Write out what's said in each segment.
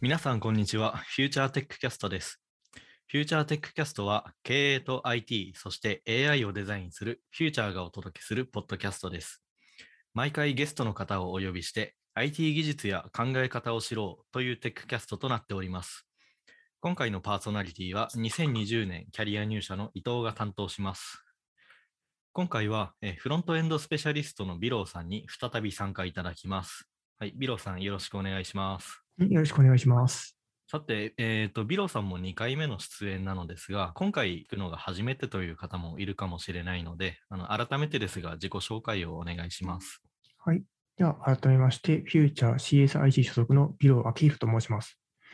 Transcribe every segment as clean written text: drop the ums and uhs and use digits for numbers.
皆さん、こんにちは。フューチャーテックキャストです。フューチャーテックキャストは、経営と IT、そして AI をデザインするフューチャーがお届けするポッドキャストです。毎回ゲストの方をお呼びして、IT 技術や考え方を知ろうというテックキャストとなっております。今回のパーソナリティは、2020年キャリア入社の伊藤が担当します。今回は、フロントエンドスペシャリストのビローさんに再び参加いただきます。はい、ビローさん、よろしくお願いします。 よろしくお願いします。 さて、ビロさんも2回目の出演なのですが、今回行くのが初めてという方もいるかもしれないので、改めてですが、自己紹介をお願いします。 はい。では、改めまして、フューチャー CSIG 所属のビロー・アキーフと申します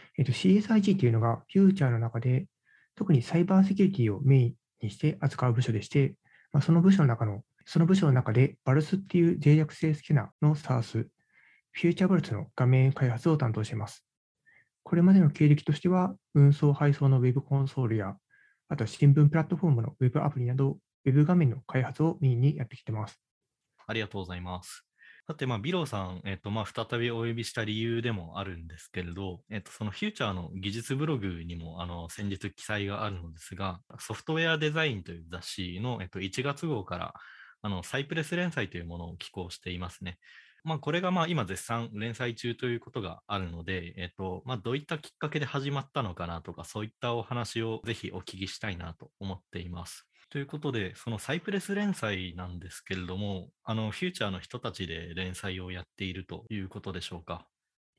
。CSIG というのが、フューチャーの中で、特にサイバーセキュリティをメインにして扱う部署でして、その部署の中で、バルスっていう脆弱性スキャナーの SARS、フューチャーバルスの画面開発を担当しています。これまでの経歴としては、運送配送の Web コンソールや、あとは新聞プラットフォームの Web アプリなど、Web 画面の開発をメインにやってきています。 ありがとうございます。さて、ビロさん、再びお呼びした理由でもあるんですけれど、そのフューチャーの技術ブログにも、先日記載があるのですが、ソフトウェアデザインという雑誌の、1月号から、サイプレス連載というものを寄稿していますね。これが今絶賛連載中ということがあるので、どういったきっかけで始まったのかなとか、そういったお話をぜひお聞きしたいなと思っています。ということで、そのサイプレス連載なんですけれども、フューチャーの人たちで連載をやっているということでしょうか。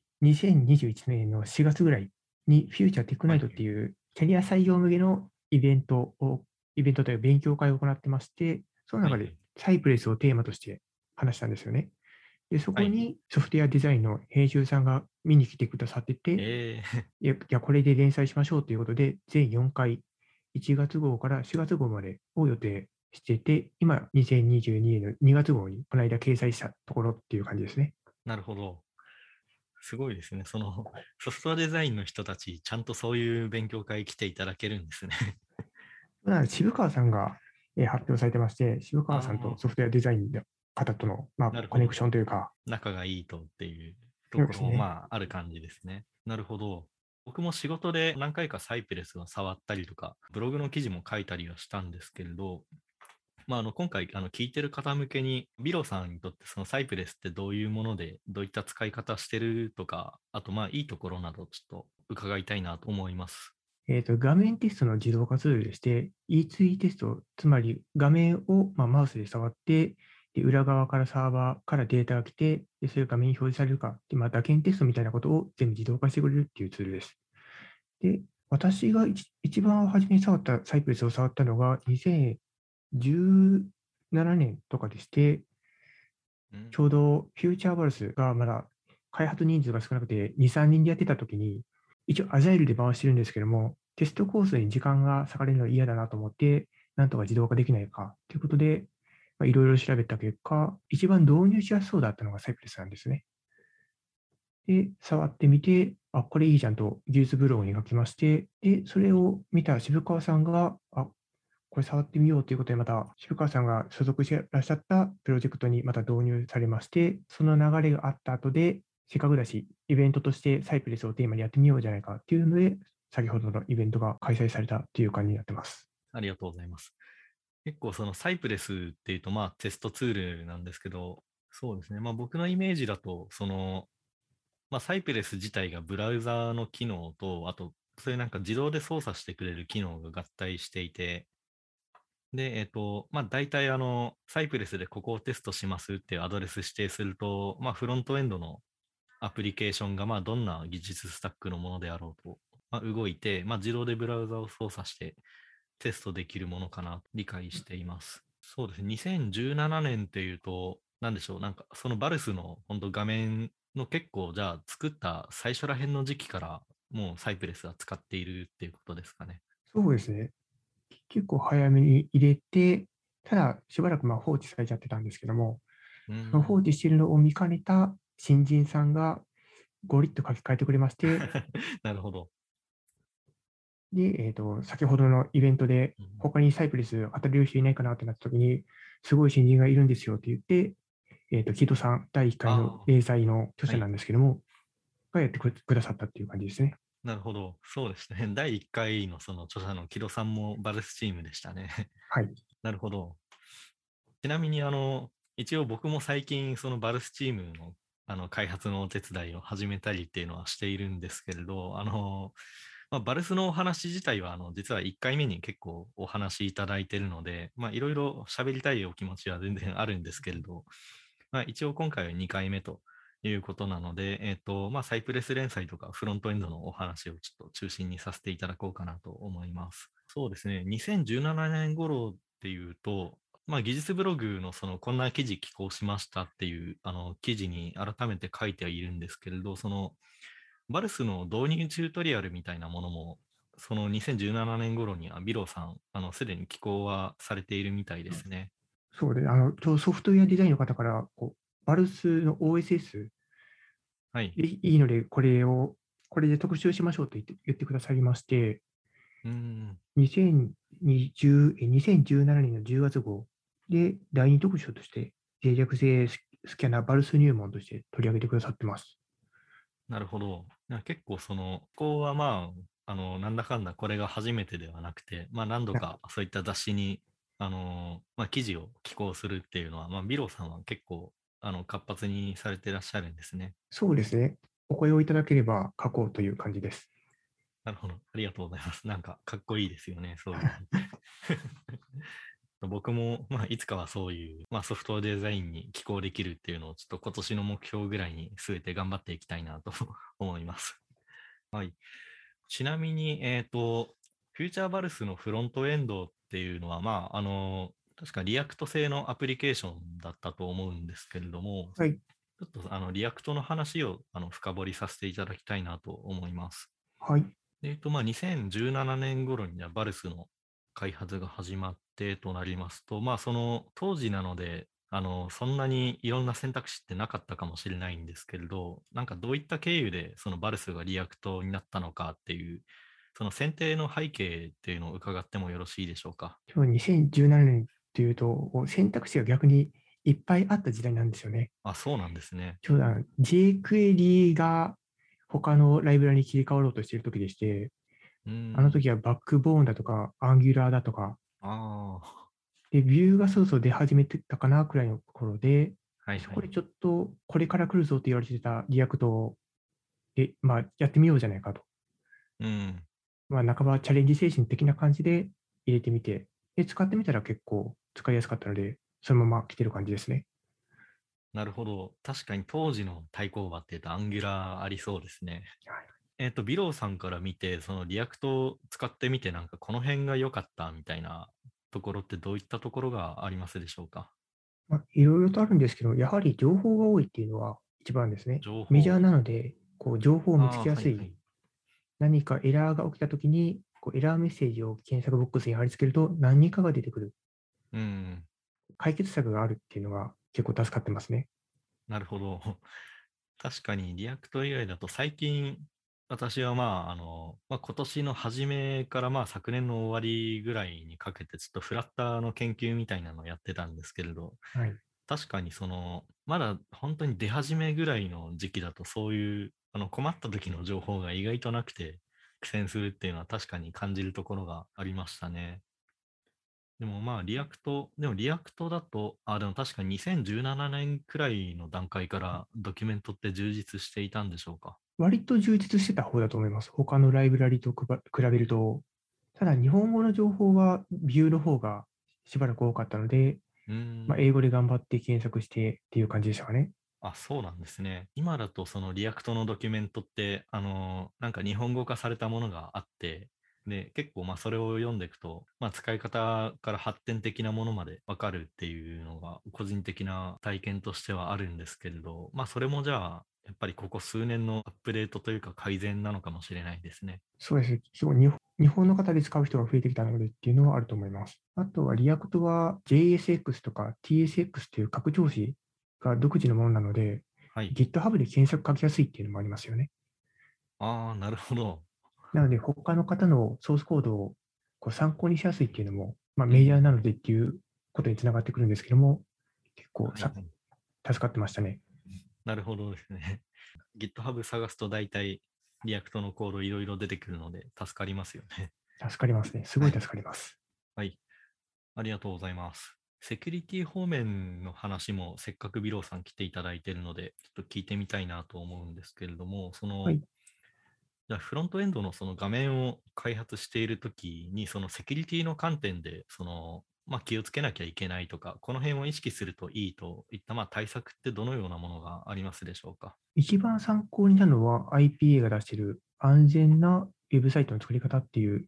2021年の4月ぐらいに、フューチャーテックナイはい。 トっていうキャリア採用向けのイベントという勉強会を行ってまして、そのはい、 中ではい。 サイプレスをテーマとして話したんですよね。で、そはい。 こにソフトウェアデザインの編集さんが見に来てくださってて、 えこれで連載しましょうということで、全4回、1月号から4月号までを予定してて、今、2022年の2月号にこの間掲載したところっていう感じですね。 なるほど。すごいですね。そのソフトウェアデザインの人たち、ちゃんとそういう勉強会来ていただけるんですね。 渋川さんが発表されてまして、渋川さんとああ、 ソフトウェアデザインの方との、コネクなるほど。 ションというか、 仲がいいとっていうところもそうですね。 ある感じですね。なるほど。僕も仕事で何回かサイプレスを触ったりとか、ブログの記事も書いたりはしたんですけれど、今回聞いてる方向けに、ビロさんにとってそのサイプレスってどういうもので、どういった使い方してるとか、あといいところなどちょっと伺いたいなと思います。 画面テストの自動化ツールでして、E2E テスト、つまり画面を、マウスで触って、で裏側からサーバーからデータが来て、でそれが画面に表示されるか、で打鍵テストみたいなことを全部自動化してくれるっていうツールです。で、私が一番初めに触ったサイプレスを触ったのが2017年とかでして、 うん、 ちょうどフューチャーバルスがまだ開発人数が少なくて2、3人でやってた時に、一応アジャイルで回してるんですけども、テストコースに時間が割かれるのは嫌だなと思って、なんとか自動化できないかということで、いろいろ調べた結果、一番導入しやすそうだったのがサイプレスなんですね。で、触ってみて、これいいじゃんと技術ブログに書きまして、で、それを見た渋川さんが、これ触ってみようということで、また渋川さんが所属してらっしゃったプロジェクトにまた導入されまして、その流れがあった後で、せっかくだし、イベントとしてサイプレスをテーマにやってみようじゃないかっていうので、先ほどのイベントが開催されたという感じになってます。 ありがとうございます。結構そのサイプレスっていうとテストツールなんですけど、そうですね。僕のイメージだと、サイプレス自体がブラウザーの機能と、あと、そういう自動で操作してくれる機能が合体していて、で、大体サイプレスでここをテストしますっていうアドレス指定すると、フロントエンドのアプリケーションが、どんな技術スタックのものであろうと、動いて、自動でブラウザを操作してテストできるものかなと理解しています。そうですね。2017年っていうと、なんでしょう、そのバルスの本当画面の結構、じゃあ作った最初ら辺の時期からもうサイプレスは使っているっていうことですかね。 そうですね。結構早めに入れて、ただしばらく放置されちゃってたんですけども、 うーその放ん。 置しているのを見かねた新人さんがゴリッと書き換えてくれまして、 なるほど。 で、先ほどのイベントで、 うん、 他にサイプレス当たれる人いないかなってなった時に、すごい新人がいるんですよって言って、木戸さん、第1回のああ、 連載の著者なはい。 んですけども、 がやってくださったっていう感じですね。 なるほど。そうですね。第1回のその著者の木戸さんもバルスチームでしたね。 はい。 なるほど。ちなみに、一応僕も最近、そのバルスチームの、開発のお手伝いを始めたりっていうのはしているんですけれど、まあ、バルスのお話自体は、実は1回目に結構お話しいただいているので、まあ、いろいろ喋りたいお気持ちは全然あるんですけれど、まあ、一応今回は2回目ということなので、まあ、サイプレス連載とかフロントエンドのお話をちょっと中心にさせていただこうかなと思います。そうですね、2017年頃っていうと、まあ、技術ブログのこんな記事寄稿しましたっていう記事に改めて書いてはいるんですけれど、バルスの導入チュートリアルみたいなものも、その2017年頃にはビロさん、すでに寄稿はされているみたいですね。 そうで、ちょうどソフトウェアデザインの方から、バルスの OSS はい。 でいいので、これで特集しましょうと言ってくださりまして、 うん。 2017年の10月号で第二特集として、脆弱性スキャナーバルス入門として取り上げてくださってます。 なるほど。結構ここはまあ、なんだかんだこれが初めてではなくて、まあ何度かそういった雑誌に、まあ記事を寄稿するっていうのは、まあビロさんは結構、活発にされていらっしゃるんですね。 そうですね。お声をいただければ書こうという感じです。 なるほど。ありがとうございます。なんかかっこいいですよね、そういうの。僕も、まあ、いつかはそういう、まあ、ソフトウェアデザインに寄稿できるっていうのを、ちょっと今年の目標ぐらいに据えて頑張っていきたいなと思います。はい。ちなみに、フューチャーバルスのフロントエンドっていうのは、まあ、確かリアクト製のアプリケーションだったと思うんですけれども、 はい。 ちょっとリアクトの話を深掘りさせていただきたいなと思います。 はい。 まあ、2017年頃にはバルスの開発が始まってとなりますと、まあ、その当時なので、そんなにいろんな選択肢ってなかったかもしれないんですけれど、なんかどういった経由でそのバルスがリアクトになったのかっていう、その選定の背景っていうのを伺ってもよろしいでしょうか。 今日2017年というと、選択肢が逆にいっぱいあった時代なんですよね。 あ、そうなんですね。 ちょうどjQuery が他のライブラリに切り替わろうとしている時でして、 うーあのん。 時はバックボーンだとか、アンギュラーだとか、 ああ。 で、ビューがそろそろ出始めてたかなくらいの頃で、 はいはい。 そこでちょっとこれから来るぞと言われてたリアクトで、まあ、やってみようじゃないかと。 うん。 まあ、半ばチャレンジ精神的な感じで入れてみて、で、使ってみたら結構使いやすかったので、そのまま来てる感じですね。 なるほど。確かに当時の対抗馬っていうとアンギュラーありそうですね。 はい。 ビローさんから見て、そのリアクトを使ってみて、なんかこの辺が良かったみたいなところってどういったところがありますでしょうか。 まあ、いろいろとあるんですけど、やはり情報が多いっていうのは一番ですね。 情報。 メジャーなので、情報を見つああ、 けやすい。 はいはい。 何かエラーが起きたときに、エラーメッセージを検索ボックスに貼り付けると何かが出てくる。 うん、 解決策があるっていうのが結構助かってますね。 なるほど。確かにリアクト以外だと最近、私はまあ、まあ、今年の初めからまあ昨年の終わりぐらいにかけてちょっとフラッターの研究みたいなのをやってたんですけれど、 はい。 確かにまだ本当に出始めぐらいの時期だとそういう、困った時の情報が意外となくて苦戦するっていうのは確かに感じるところがありましたね。でもまあ、でもリアクトだと、でも確かに2017年くらいの段階からドキュメントって充実していたんでしょうか。 割と充実してた方だと思います。他のライブラリと比べると。ただ、日本語の情報はビューの方がしばらく多かったので、 うーまあ、 ん。 英語で頑張って検索してっていう感じでしたかね。 あ、そうなんですね。今だとそのリアクトのドキュメントって、なんか日本語化されたものがあって、で、結構まあそれを読んでいくと、まあ使い方から発展的なものまでわかるっていうのが個人的な体験としてはあるんですけれど、まあそれもじゃあ、やっぱりここ数年のアップデートというか改善なのかもしれないですね。 そうです。すごい日本の方で使う人が増えてきたのでっていうのはあると思います。あとはリアクトは JSX とか TSX という拡張子が独自のものなので、 はい。 GitHub で検索書きやすいっていうのもありますよね。 ああ、なるほど。 なので、他の方のソースコードを参考にしやすいっていうのも、まあ、 うん。 メジャーなのでっていうことにつながってくるんですけども、結構はいはい。 助かってましたね。 なるほどですね。 GitHub 探すと大体リアクトのコードいろいろ出てくるので助かりますよね。 助かりますね。すごい助かります。 はい。ありがとうございます。セキュリティ方面の話もせっかくビローさん来ていただいているので、ちょっと聞いてみたいなと思うんですけれども、 はい。 じゃあフロントエンドのその画面を開発しているときに、そのセキュリティの観点で、気をつけなきゃいけないとか、この辺を意識するといいといった対策ってどのようなものがありますでしょうか？ 一番参考になるのは IPA が出している安全なウェブサイトの作り方っていう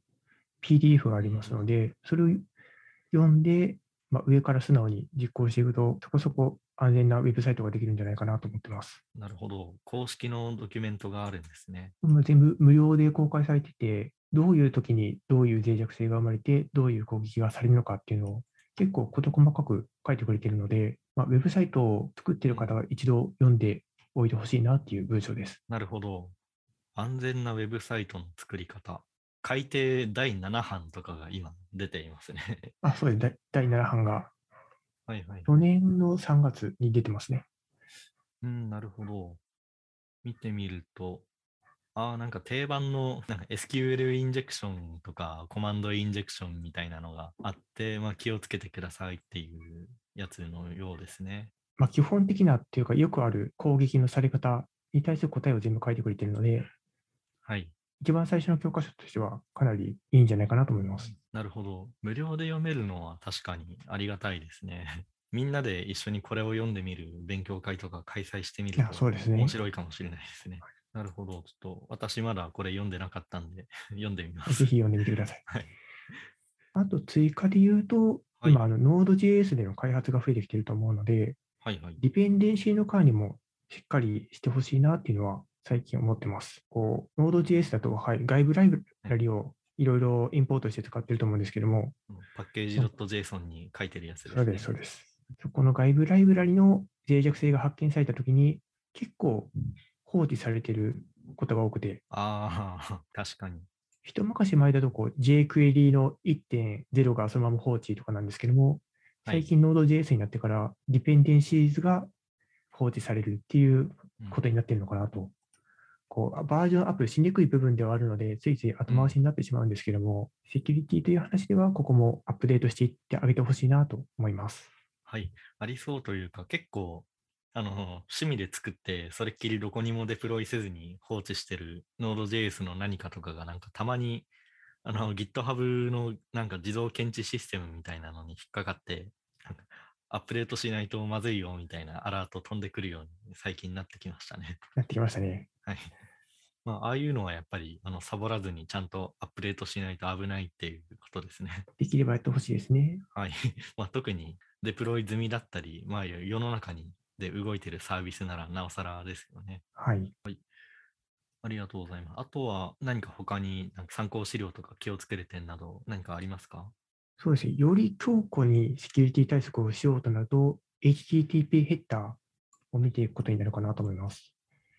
PDF がありますので、それを読んで、上から素直に実行していくと、そこそこ安全なウェブサイトができるんじゃないかなと思ってます。 なるほど。公式のドキュメントがあるんですね。 全部無料で公開されてて、どういう時にどういう脆弱性が生まれて、どういう攻撃がされるのかっていうのを結構事細かく書いてくれているので、ウェブサイトを作っている方は一度読んでおいてほしいなっていう文章です。 なるほど。安全なウェブサイトの作り方。改訂第7版とかが今出ていますね。 そうです。第7版がはいはい。 去年の3月に出てますね。 なるほど。見てみると、なんか定番のなんか SQL インジェクションとかコマンドインジェクションみたいなのがあって、気をつけてくださいっていうやつのようですね。 基本的なっていうか、よくある攻撃のされ方に対する答えを全部書いてくれているので、 はい。 一番最初の教科書としてはかなりいいんじゃないかなと思います。 なるほど。無料で読めるのは確かにありがたいですね。みんなで一緒にこれを読んでみる勉強会とか開催してみるとそうですね。 面白いかもしれないですね。なるほど。ちょっと私まだこれ読んでなかったんで読んでみます。 ぜひ読んでみてください。 はい。 あと追加で言うと、 はい。 今、Node.js での開発が増えてきていると思うので、 はいはい。 ディペンデンシーの管理もしっかりしてほしいなっていうのは最近思ってます。Node.js だと、外部ライブラリをいろいろインポートして使ってると思うんですけども、 パッケージ .json に書いてるやつですね。 そうです。そこの外部ライブラリの脆弱性が発見されたときに、結構放置されていることが多くて、 確かに。 一昔前だとjQuery の1.0がそのまま放置とかなんですけども、 はい。 最近 Node.js になってからディペンデンシーズが放置されるっていうことになっているのかなと。バージョンアップしにくい部分ではあるので、ついつい後回しになってしまうんですけども、セキュリティという話では、ここもアップデートしていってあげてほしいなと思います。 はい。ありそうというか、結構、趣味で作って、それっきりどこにもデプロイせずに放置してる Node.js の何かとかが、なんかたまに、GitHub のなんか自動検知システムみたいなのに引っかかって、なんかアップデートしないとまずいよみたいなアラート飛んでくるように最近なってきましたね。 なってきましたね。 はい。ああいうのはやっぱり、サボらずにちゃんとアップデートしないと危ないっていうことですね。 できればやってほしいですね。 はい。特にデプロイ済みだったり、世の中にで動いてるサービスならなおさらですよね。 はい。 ありがとうございます。あとは何か他になんか参考資料とか気をつける点など何かありますか？ そうですね。より強固にセキュリティ対策をしようとなると、HTTP ヘッダーを見ていくことになるかなと思います。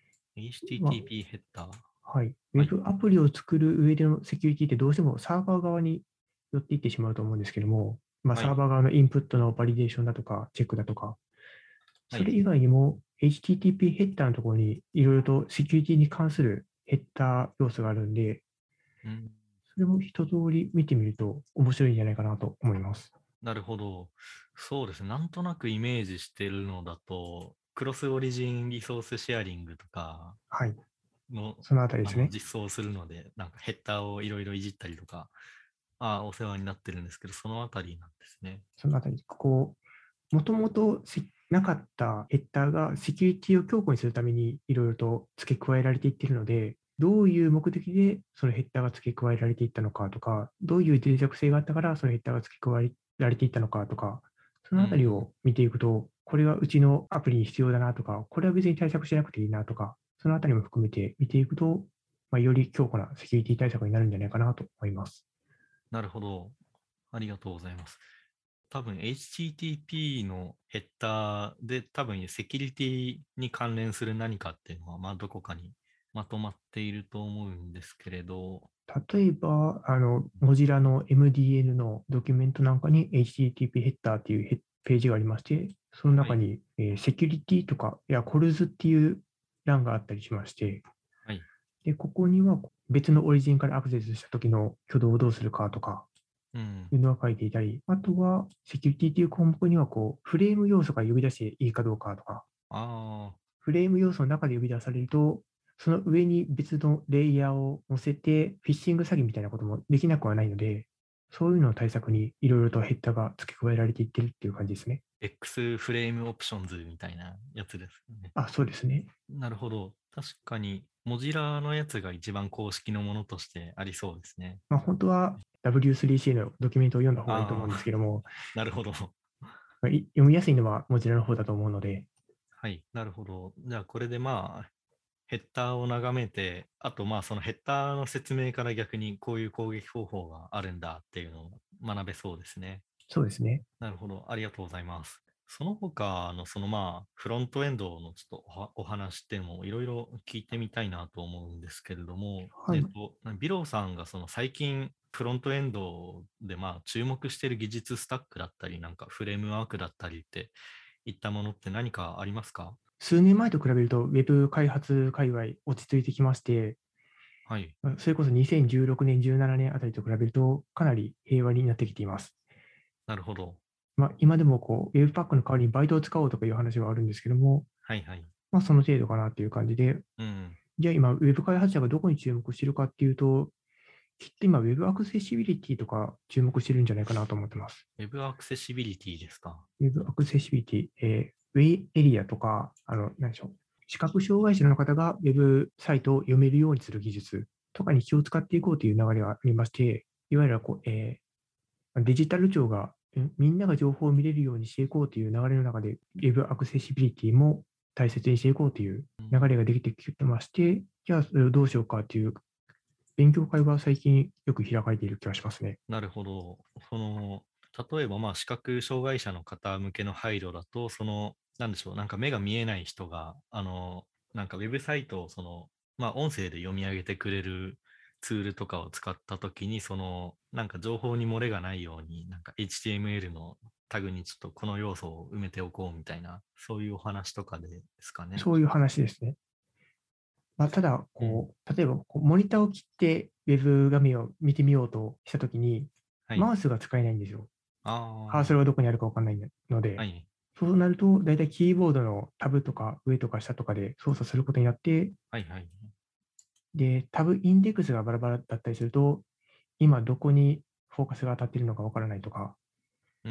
HTTP ヘッダー。 はい。ウはい。 ェブアプリを作る上でのセキュリティってどうしてもサーバー側に寄っていってしまうと思うんですけども、 はい。 サーバー側のインプットのバリデーションだとか、チェックだとか、 はい。 それ以外にも HTTP ヘッダーのところにいろいろとセキュリティに関するヘッダー要素があるんで、 うん。 それも一通り見てみると面白いんじゃないかなと思います。 なるほど。そうですね。なんとなくイメージしてるのだと、クロスオリジンリソースシェアリングとかはい。 の、 そのあたりですね。 実装するので、なんかヘッダーをいろいろいじったりとか、お世話になってるんですけど、そのあたりなんですね。 そのあたり、もともとなかったヘッダーがセキュリティを強固にするためにいろいろと付け加えられていっているので、どういう目的でそのヘッダーが付け加えられていったのかとか、どういう脆弱性があったからそのヘッダーが付け加えられていったのかとか、そのあたりを見ていくと、これはうちのアプリに必要だなとか、これは別に対策しなくていいなとか、そのあたりも含めて見ていくと、より強固なセキュリティ対策になるんじゃないかなと思います。 なるほど。ありがとうございます。多分 HTTP のヘッダーで多分セキュリティに関連する何かっていうのは、どこかにまとまっていると思うんですけれど、 例えば、Mozilla の MDN のドキュメントなんかに HTTP ヘッダーっていうページがありまして、そのはい。 中に、セキュリティとか、コルズっていう欄があったりしまして、 はい。 で、ここには別のオリジンからアクセスした時の挙動をどうするかとか、 うん。 いうのが書いていたり、あとはセキュリティという項目にはフレーム要素が呼び出していいかどうかとか、 ああ、 フレーム要素の中で呼び出されると、その上に別のレイヤーを載せて、フィッシング詐欺みたいなこともできなくはないので、そういうのを対策にいろいろとヘッダが付け加えられていってるっていう感じですね。 X フレームオプションズみたいなやつですよね。 あ、そうですね。 なるほど。確かに、モジラのやつが一番公式のものとしてありそうですね。 本当は W3C のドキュメントを読んだ方がいいと思うんですああ、 けども、 なるほど。 読みやすいのはこちらの方だと思うので、 はい、なるほど。じゃあ、これでまあ、ヘッダーを眺めて、あとまあ、そのヘッダーの説明から逆にこういう攻撃方法があるんだっていうのを学べそうですね。 そうですね。 なるほど。ありがとうございます。その他の、そのまあ、フロントエンドのちょっとお話っていうのもいろいろ聞いてみたいなと思うんですけれども、 はい。 ビローさんがその最近、フロントエンドでまあ注目している技術スタックだったり、なんかフレームワークだったりっていったものって何かありますか？ 数年前と比べると、ウェブ開発界隈落ち着いてきまして、 はい。 それこそ2016年、17年あたりと比べると、かなり平和になってきています。 なるほど。 今でもウェブパックの代わりにバイトを使おうとかいう話はあるんですけども、 はいはい。 その程度かなっていう感じで、 うん。 じゃあ今、ウェブ開発者がどこに注目しているかっていうと、きっと今、ウェブアクセシビリティとか注目してるんじゃないかなと思ってます。 ウェブアクセシビリティですか？ ウェブアクセシビリティ、ウェイエリアとか、何でしょう、視覚障害者の方がウェブサイトを読めるようにする技術とかに気を使っていこうという流れがありまして、いわゆるデジタル庁がみんなが情報を見れるようにしていこうという流れの中で、ウェブアクセシビリティも大切にしていこうといううん。 流れができてきてまして、じゃあそれをどうしようかという勉強会は最近よく開かれている気がしますね。 なるほど。例えばまあ視覚障害者の方向けの配慮だと、なんでしょう、なんか目が見えない人が、なんかウェブサイトをまあ音声で読み上げてくれるツールとかを使ったときに、なんか情報に漏れがないように、なんか HTML のタグにちょっとこの要素を埋めておこうみたいな、そういうお話とかですかね。 そういう話ですね。ただ、 うん。 例えばモニターを切ってウェブ画面を見てみようとしたときに、 はい。 マウスが使えないんですよ。カーソあルがどこにあるか分かんないのあ、はで、 い。 そうなると、だいたいキーボードのタブとか上とか下とかで操作することになって、 はいはい。 で、タブインデックスがバラバラだったりすると、今どこにフォーカスが当たっているのか分からないとか、 うん。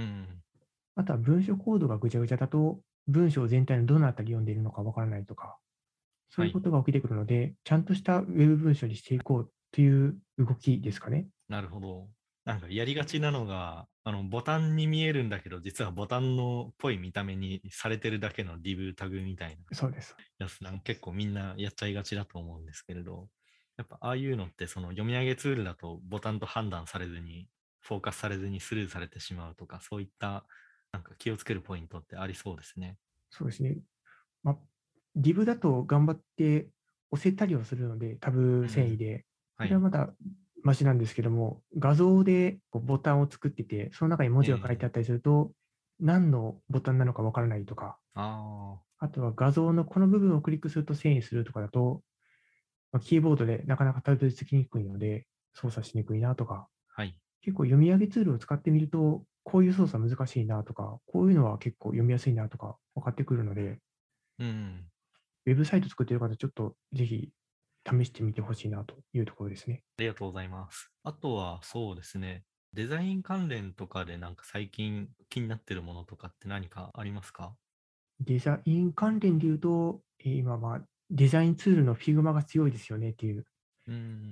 あとは文書コードがぐちゃぐちゃだと、文章全体のどのあたり読んでいるのか分からないとか、そういうこはい。 とが起きてくるので、ちゃんとしたウェブ文書にしていこうという動きですかね。 なるほど。なんかやりがちなのが、ボタンに見えるんだけど、実はボタンのっぽい見た目にされてるだけのリブタグみたいなそうです。 やつ、なんか結構みんなやっちゃいがちだと思うんですけれど、やっぱああいうのってその読み上げツールだとボタンと判断されずに、フォーカスされずにスルーされてしまうとか、そういったなんか気をつけるポイントってありそうですね。 そうですね。ま、リブだと頑張って押せたりはするので、タブうん。 遷移で。 はい。 それはまだマシなんですけども、画像でボタンを作ってて、その中に文字が書いてあええ、 ったりすると、何のボタンなのかわからないとか、 ああ、 あとは画像のこの部分をクリックすると遷移するとかだと、キーボードでなかなかたどり着きにくいので、操作しにくいなとか、 はい。 結構読み上げツールを使ってみると、こういう操作難しいなとか、こういうのは結構読みやすいなとか分かってくるので、 うん。 ウェブサイト作っている方、ちょっとぜひ試してみてほしいなというところですね。 ありがとうございます。あとはそうですね、デザイン関連とかでなんか最近気になってるものとかって何かありますか？ デザイン関連で言うと、今デザインツールの Figma が強いですよねっていう、 うん、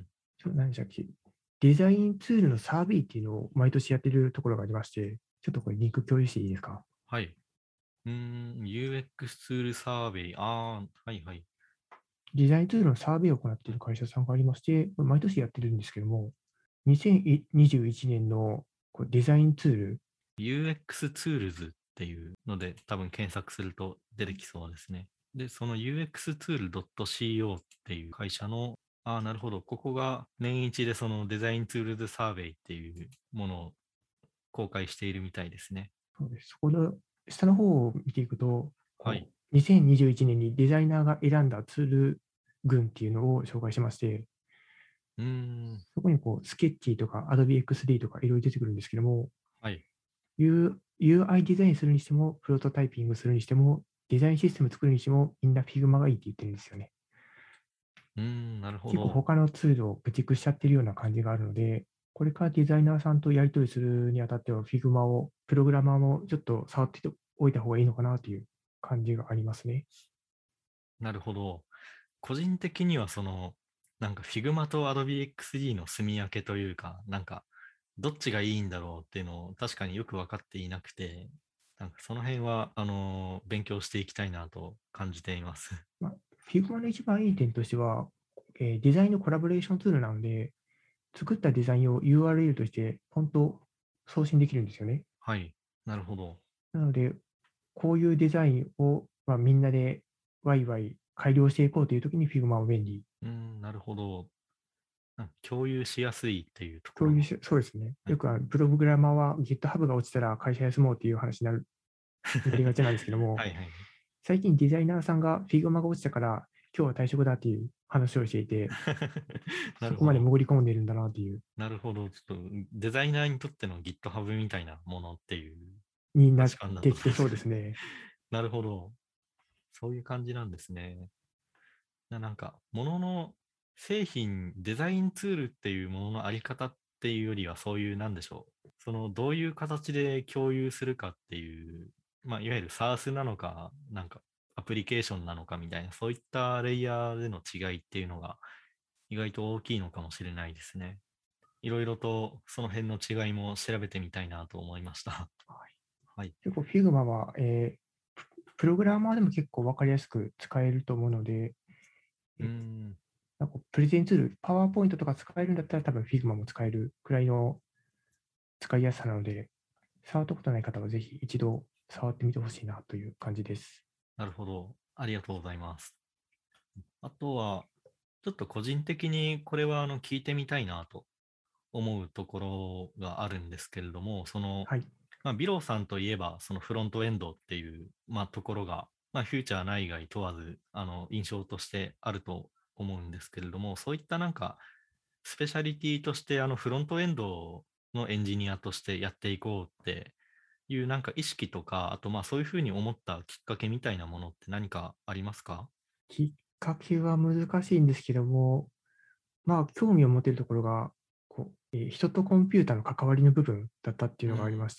何でしたっけ、デザインツールのサーベイっていうのを毎年やってるところがありまして、ちょっとこれリンク共有していいですか？ はい。UX ツールサーベイ。ああ、はいはい。 デザインツールのサーベイを行っている会社さんがありまして、これ毎年やってるんですけども、2021年のデザインツール、 UX ツールズっていうので多分検索すると出てきそうですね。で、その UX ツール .co っていう会社の、ああ、なるほど。ここが年一でそのデザインツールズサーベイっていうものを公開しているみたいですね。 そうです。そこの下の方を見ていくと、 はい。 2021年にデザイナーが選んだツール群っていうのを紹介しまして、 うーん。 そこにこう、スケッチとか Adobe XD とかいろいろ出てくるんですけども、 はい。 UI デザインするにしても、プロトタイピングするにしても、デザインシステム作るにしても、みんな Figma がいいって言ってるんですよね。 うーん、なるほ結構ど。 他のツールを駆逐しちゃってるような感じがあるので、これからデザイナーさんとやり取りするにあたっては、Figma を、プログラマーもちょっと触っておいた方がいいのかなという感じがありますね。 なるほど。個人的にはなんか Figma と Adobe XD の住み分けというか、なんか、どっちがいいんだろうっていうのを確かによく分かっていなくて、なんかその辺は、勉強していきたいなと感じています。 まあ、Figma の一番いい点としては、デザインのコラボレーションツールなので、作ったデザインを URL としてポンと送信できるんですよね。 はい。なるほど。 なので、こういうデザインを、みんなでワイワイ改良していこうというときに Figma は便利。 うーん、なるほど。なんか共有しやすいっていうところも。 共有し、そうですね。 はい。 よくプログラマーは GitHub が落ちたら会社休もうっていう話になりがちなんですけども、 はいはい。 最近デザイナーさんが Figma が落ちたから今日は退職だっていう話をしていて、 なそこまでるほど。 潜り込んでいるんだなっていう、 なるほど。ちょっとデザイナーにとっての GitHub みたいなものっていうになっ価値観だってきてそうたんですか。 ですね。 なるほど。そういう感じなんですね。なんか、ものの製品、デザインツールっていうもののあり方っていうよりは、そういう、なんでしょう。どういう形で共有するかっていう、まあ、いわゆる SaaS なのか、なんか、アプリケーションなのかみたいな、そういったレイヤーでの違いっていうのが、意外と大きいのかもしれないですね。いろいろとその辺の違いも調べてみたいなと思いました。はい。 結構 Figma は、プログラマーでも結構わかりやすく使えると思うので、 うーえん、 なんかプレゼンツール、パワーポイントとか使えるんだったら多分 Figma も使えるくらいの使いやすさなので、触ったことない方はぜひ一度触ってみてほしいなという感じです。 なるほど。ありがとうございます。あとは、ちょっと個人的にこれは聞いてみたいなと思うところがあるんですけれども、 はい。 まあ、ビローさんといえば、そのフロントエンドっていう、まあ、ところが、まあ、フューチャー内外問わず、印象としてあると思うんですけれども、そういったなんか、スペシャリティとして、フロントエンドのエンジニアとしてやっていこうっていうなんか意識とか、あとまあそういうふうに思ったきっかけみたいなものって何かありますか？ きっかけは難しいんですけども、興味を持てるところが、人とコンピューターの関わりの部分だったっていううん。 のがありまして、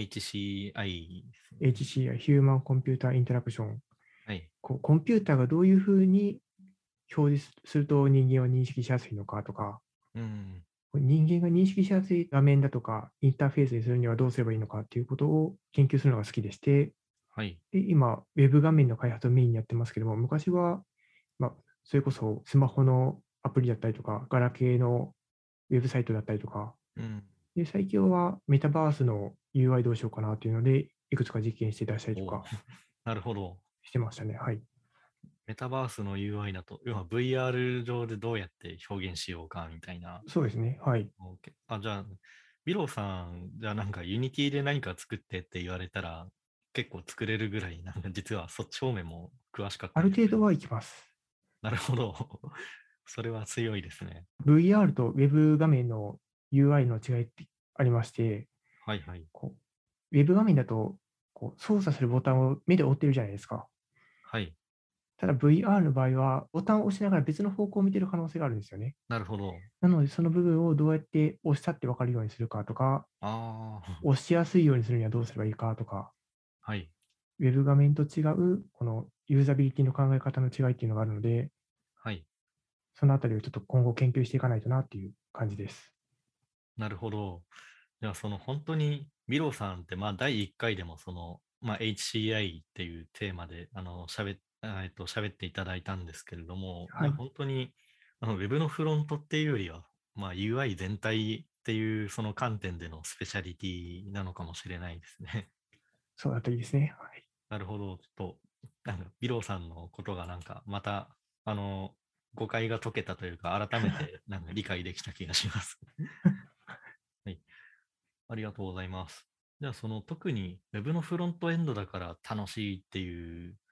HCI ですね。 HCI、ヒューマンコンピューターインタラクション、 はい。 コンピューターがどういうふうに表示すると人間は認識しやすいのかとか、 うん。 人間が認識しやすい画面だとか、インターフェースにするにはどうすればいいのかっていうことを研究するのが好きでして、 はい。 で今、ウェブ画面の開発をメインにやってますけども、昔は、それこそスマホのアプリだったりとか、ガラケーのウェブサイトだったりとか、 うん。 で、最近はメタバースの UI どうしようかなっていうので、いくつか実験して出したりとお、 かなるほど。 してましたね。はい。 メタバースの UI だと、要は VR 上でどうやって表現しようかみたいな。 そうですね。はい。 OK あ、じゃあ、ビローさん、じゃあなんか Unity で何か作ってって言われたら、結構作れるぐらい、なんか実はそっち方面も詳しかったりする。 ある程度はいきます。 なるほど。それは強いですね。 VR と Web 画面の UI の違いってありまして、 はいはい。 ウェブ画面だと操作するボタンを目で追ってるじゃないですか。 はい。 ただ VR の場合は、ボタンを押しながら別の方向を見てる可能性があるんですよね。 なるほど。 なので、その部分をどうやって押したって分かるようにするかとか、 ああ、 押しやすいようにするにはどうすればいいかとか、 はい。 ウェブ画面と違う、このユーザビリティの考え方の違いっていうのがあるので、 はい。 そのあたりをちょっと今後研究していかないとなっていう感じです。 なるほど。じゃあ、本当に、ミロさんって、まあ、第1回でも、まあ、HCI っていうテーマで、喋っていただいたんですけれども、じゃあ、 はい。 本当に、ウェブのフロントっていうよりは、まあ、UI 全体っていう、その観点でのスペシャリティなのかもしれないですね。 そうだといいですね。はい。 なるほど。ちょっと、なんか、ビロさんのことがなんか、また、あの、誤解が解けたというか、改めて、なんか理解できた気がします。はい。ありがとうございます。じゃあ、特に Web のフロントエンドだから楽しいっていう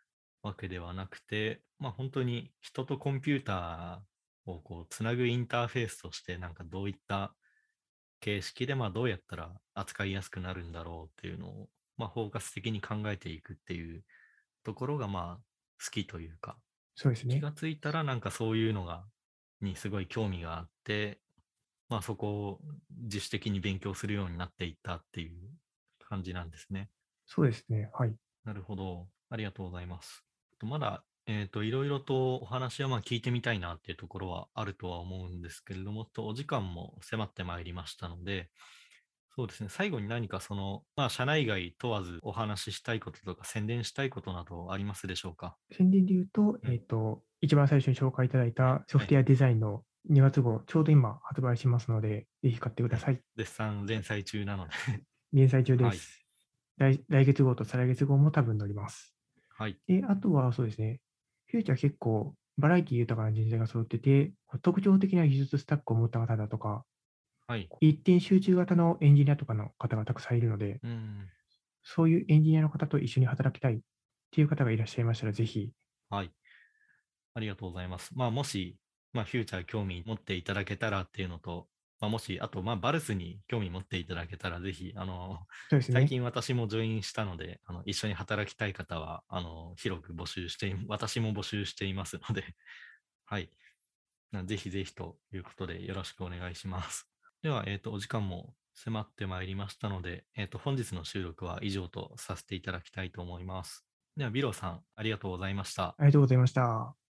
わけではなくて、まあ本当に人とコンピューターをこうつなぐインターフェースとして、なんかどういった形式でまあどうやったら扱いやすくなるんだろうっていうのを、まあ包括的に考えていくっていうところがまあ好きというか、気そうですね。 がついたらなんかそういうのにすごい興味があって、まあそこを自主的に勉強するようになっていったっていう感じなんですね。 そうですね。はい。 なるほど。ありがとうございます。まだ、いろいろとお話はまあ聞いてみたいなっていうところはあるとは思うんですけれども、お時間も迫ってまいりましたので、そうですね、最後に何かまあ、社内外問わずお話ししたいこととか宣伝したいことなどありますでしょうか？ 宣伝で言うと、 うん。 一番最初に紹介いただいたソはい。 フトウェアデザインの2月号、ちょうど今発売しますので、ぜひ買ってください。 絶賛連載中なので連載中ではい。 す。来月号と再来月号も多分載ります。 はい。 で、あとはそうですね、フューチャー結構バラエティ豊かな人材が揃ってて、特徴的な技術スタックを持った方だとか、 はい。 一点集中型のエンジニアとかの方がたくさんいるので、 うん。 そういうエンジニアの方と一緒に働きたいっていう方がいらっしゃいましたら、ぜひ、 はい。ありがとうございます。まあ、もし、まあ、フューチャー興味持っていただけたらっていうのと、まあ、もし、あと、まあ、バルスに興味持っていただけたら、ぜひ、最そうですね。 近私もジョインしたので、一緒に働きたい方は、広く募集して私も募集していますので、はい。ぜひぜひということで、よろしくお願いします。では、お時間も迫ってまいりましたので、本日の収録は以上とさせていただきたいと思います。では、ビロさん、ありがとうございました。 ありがとうございました。